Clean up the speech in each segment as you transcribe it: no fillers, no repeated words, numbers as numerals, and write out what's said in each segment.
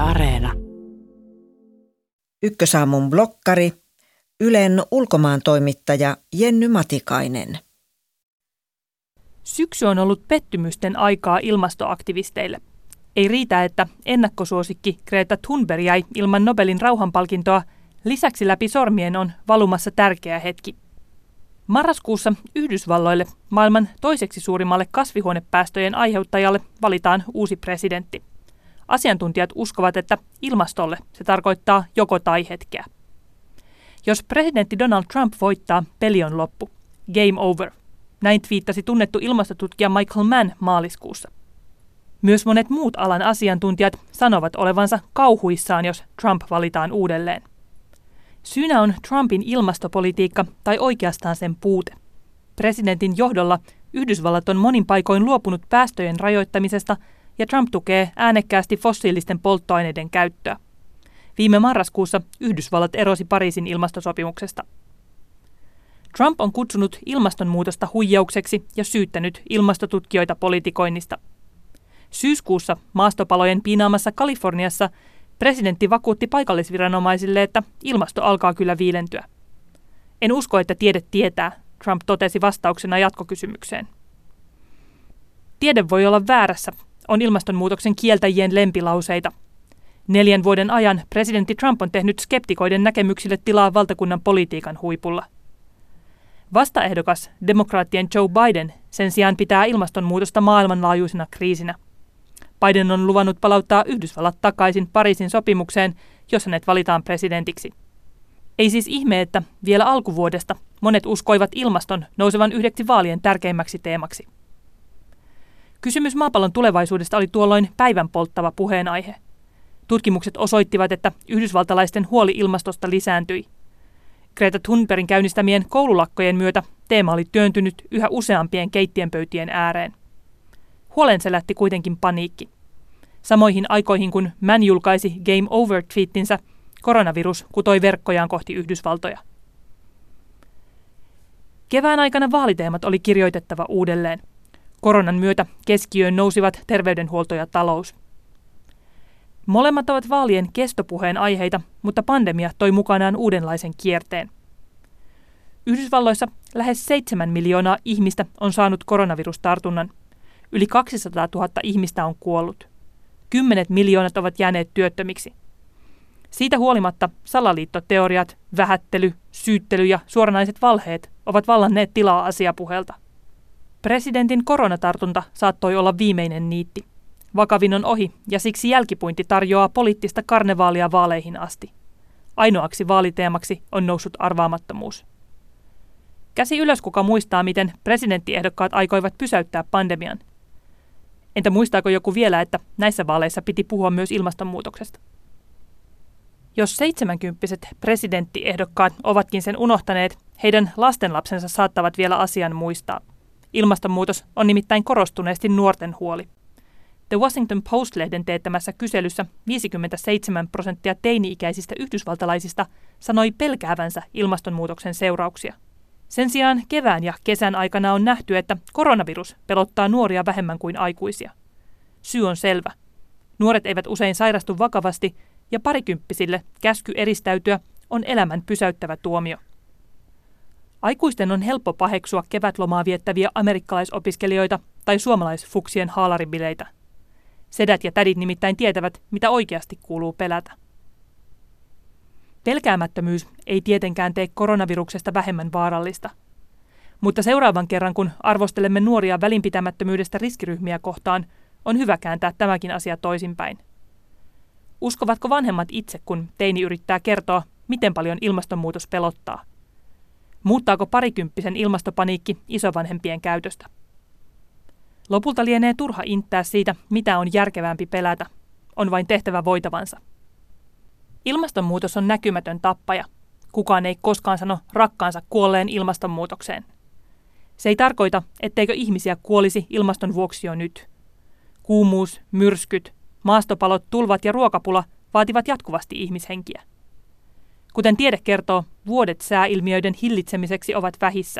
Areena. Ykkösaamun blokkari, Ylen ulkomaantoimittaja Jenny Matikainen. Syksy on ollut pettymysten aikaa ilmastoaktivisteille. Ei riitä, että ennakkosuosikki Greta Thunberg jäi ilman Nobelin rauhanpalkintoa, lisäksi läpi sormien on valumassa tärkeä hetki. Marraskuussa Yhdysvalloille, maailman toiseksi suurimmalle kasvihuonepäästöjen aiheuttajalle, valitaan uusi presidentti. Asiantuntijat uskovat, että ilmastolle se tarkoittaa joko tai hetkeä. Jos presidentti Donald Trump voittaa, peli on loppu. Game over. Näin twiittasi tunnettu ilmastotutkija Michael Mann maaliskuussa. Myös monet muut alan asiantuntijat sanovat olevansa kauhuissaan, jos Trump valitaan uudelleen. Syynä on Trumpin ilmastopolitiikka tai oikeastaan sen puute. Presidentin johdolla Yhdysvallat on monin paikoin luopunut päästöjen rajoittamisesta ja Trump tukee äänekkäästi fossiilisten polttoaineiden käyttöä. Viime marraskuussa Yhdysvallat erosi Pariisin ilmastosopimuksesta. Trump on kutsunut ilmastonmuutosta huijaukseksi ja syyttänyt ilmastotutkijoita politikoinnista. Syyskuussa maastopalojen piinaamassa Kaliforniassa presidentti vakuutti paikallisviranomaisille, että ilmasto alkaa kyllä viilentyä. En usko, että tiede tietää, Trump totesi vastauksena jatkokysymykseen. Tiede voi olla väärässä, on ilmastonmuutoksen kieltäjien lempilauseita. 4 vuoden ajan presidentti Trump on tehnyt skeptikoiden näkemyksille tilaa valtakunnan politiikan huipulla. Vastaehdokas, demokraattien Joe Biden, sen sijaan pitää ilmastonmuutosta maailmanlaajuisena kriisinä. Biden on luvannut palauttaa Yhdysvallat takaisin Pariisin sopimukseen, jos hänet valitaan presidentiksi. Ei siis ihme, että vielä alkuvuodesta monet uskoivat ilmaston nousevan yhdeksi vaalien tärkeimmäksi teemaksi. Kysymys maapallon tulevaisuudesta oli tuolloin päivän polttava puheenaihe. Tutkimukset osoittivat, että yhdysvaltalaisten huoli ilmastosta lisääntyi. Greta Thunbergin käynnistämien koululakkojen myötä teema oli työntynyt yhä useampien keittiönpöytien ääreen. Huolen selätti kuitenkin paniikki. Samoihin aikoihin, kun Mann julkaisi Game Over-twiittinsä, koronavirus kutoi verkkojaan kohti Yhdysvaltoja. Kevään aikana vaaliteemat oli kirjoitettava uudelleen. Koronan myötä keskiöön nousivat terveydenhuolto ja talous. Molemmat ovat vaalien kestopuheen aiheita, mutta pandemia toi mukanaan uudenlaisen kierteen. Yhdysvalloissa lähes 7 miljoonaa ihmistä on saanut koronavirustartunnan. Yli 200 000 ihmistä on kuollut. 10 miljoonat ovat jääneet työttömiksi. Siitä huolimatta salaliittoteoriat, vähättely, syyttely ja suoranaiset valheet ovat vallanneet tilaa asiapuheelta. Presidentin koronatartunta saattoi olla viimeinen niitti. Vakavin on ohi ja siksi jälkipuinti tarjoaa poliittista karnevaalia vaaleihin asti. Ainoaksi vaaliteemaksi on noussut arvaamattomuus. Käsi ylös, kuka muistaa, miten presidenttiehdokkaat aikoivat pysäyttää pandemian. Entä muistaako joku vielä, että näissä vaaleissa piti puhua myös ilmastonmuutoksesta? Jos 70-vuotiaat presidenttiehdokkaat ovatkin sen unohtaneet, heidän lastenlapsensa saattavat vielä asian muistaa. Ilmastonmuutos on nimittäin korostuneesti nuorten huoli. The Washington Post-lehden teettämässä kyselyssä 57% teini-ikäisistä yhdysvaltalaisista sanoi pelkäävänsä ilmastonmuutoksen seurauksia. Sen sijaan kevään ja kesän aikana on nähty, että koronavirus pelottaa nuoria vähemmän kuin aikuisia. Syy on selvä. Nuoret eivät usein sairastu vakavasti ja parikymppisille käsky eristäytyä on elämän pysäyttävä tuomio. Aikuisten on helppo paheksua kevätlomaa viettäviä amerikkalaisopiskelijoita tai suomalaisfuksien haalaribileitä. Sedät ja tädit nimittäin tietävät, mitä oikeasti kuuluu pelätä. Pelkäämättömyys ei tietenkään tee koronaviruksesta vähemmän vaarallista. Mutta seuraavan kerran, kun arvostelemme nuoria välinpitämättömyydestä riskiryhmiä kohtaan, on hyvä kääntää tämäkin asia toisinpäin. Uskovatko vanhemmat itse, kun teini yrittää kertoa, miten paljon ilmastonmuutos pelottaa? Muuttaako parikymppisen ilmastopaniikki isovanhempien käytöstä? Lopulta lienee turha inttää siitä, mitä on järkevämpi pelätä. On vain tehtävä voitavansa. Ilmastonmuutos on näkymätön tappaja. Kukaan ei koskaan sano rakkaansa kuolleen ilmastonmuutokseen. Se ei tarkoita, etteikö ihmisiä kuolisi ilmaston vuoksi jo nyt. Kuumuus, myrskyt, maastopalot, tulvat ja ruokapula vaativat jatkuvasti ihmishenkiä. Kuten tiede kertoo, vuodet sääilmiöiden hillitsemiseksi ovat vähissä.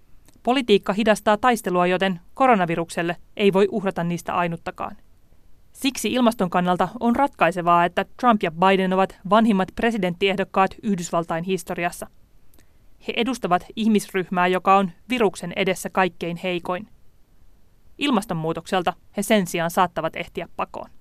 Politiikka hidastaa taistelua, joten koronavirukselle ei voi uhrata niistä ainuttakaan. Siksi ilmaston kannalta on ratkaisevaa, että Trump ja Biden ovat vanhimmat presidenttiehdokkaat Yhdysvaltain historiassa. He edustavat ihmisryhmää, joka on viruksen edessä kaikkein heikoin. Ilmastonmuutokselta he sen sijaan saattavat ehtiä pakoon.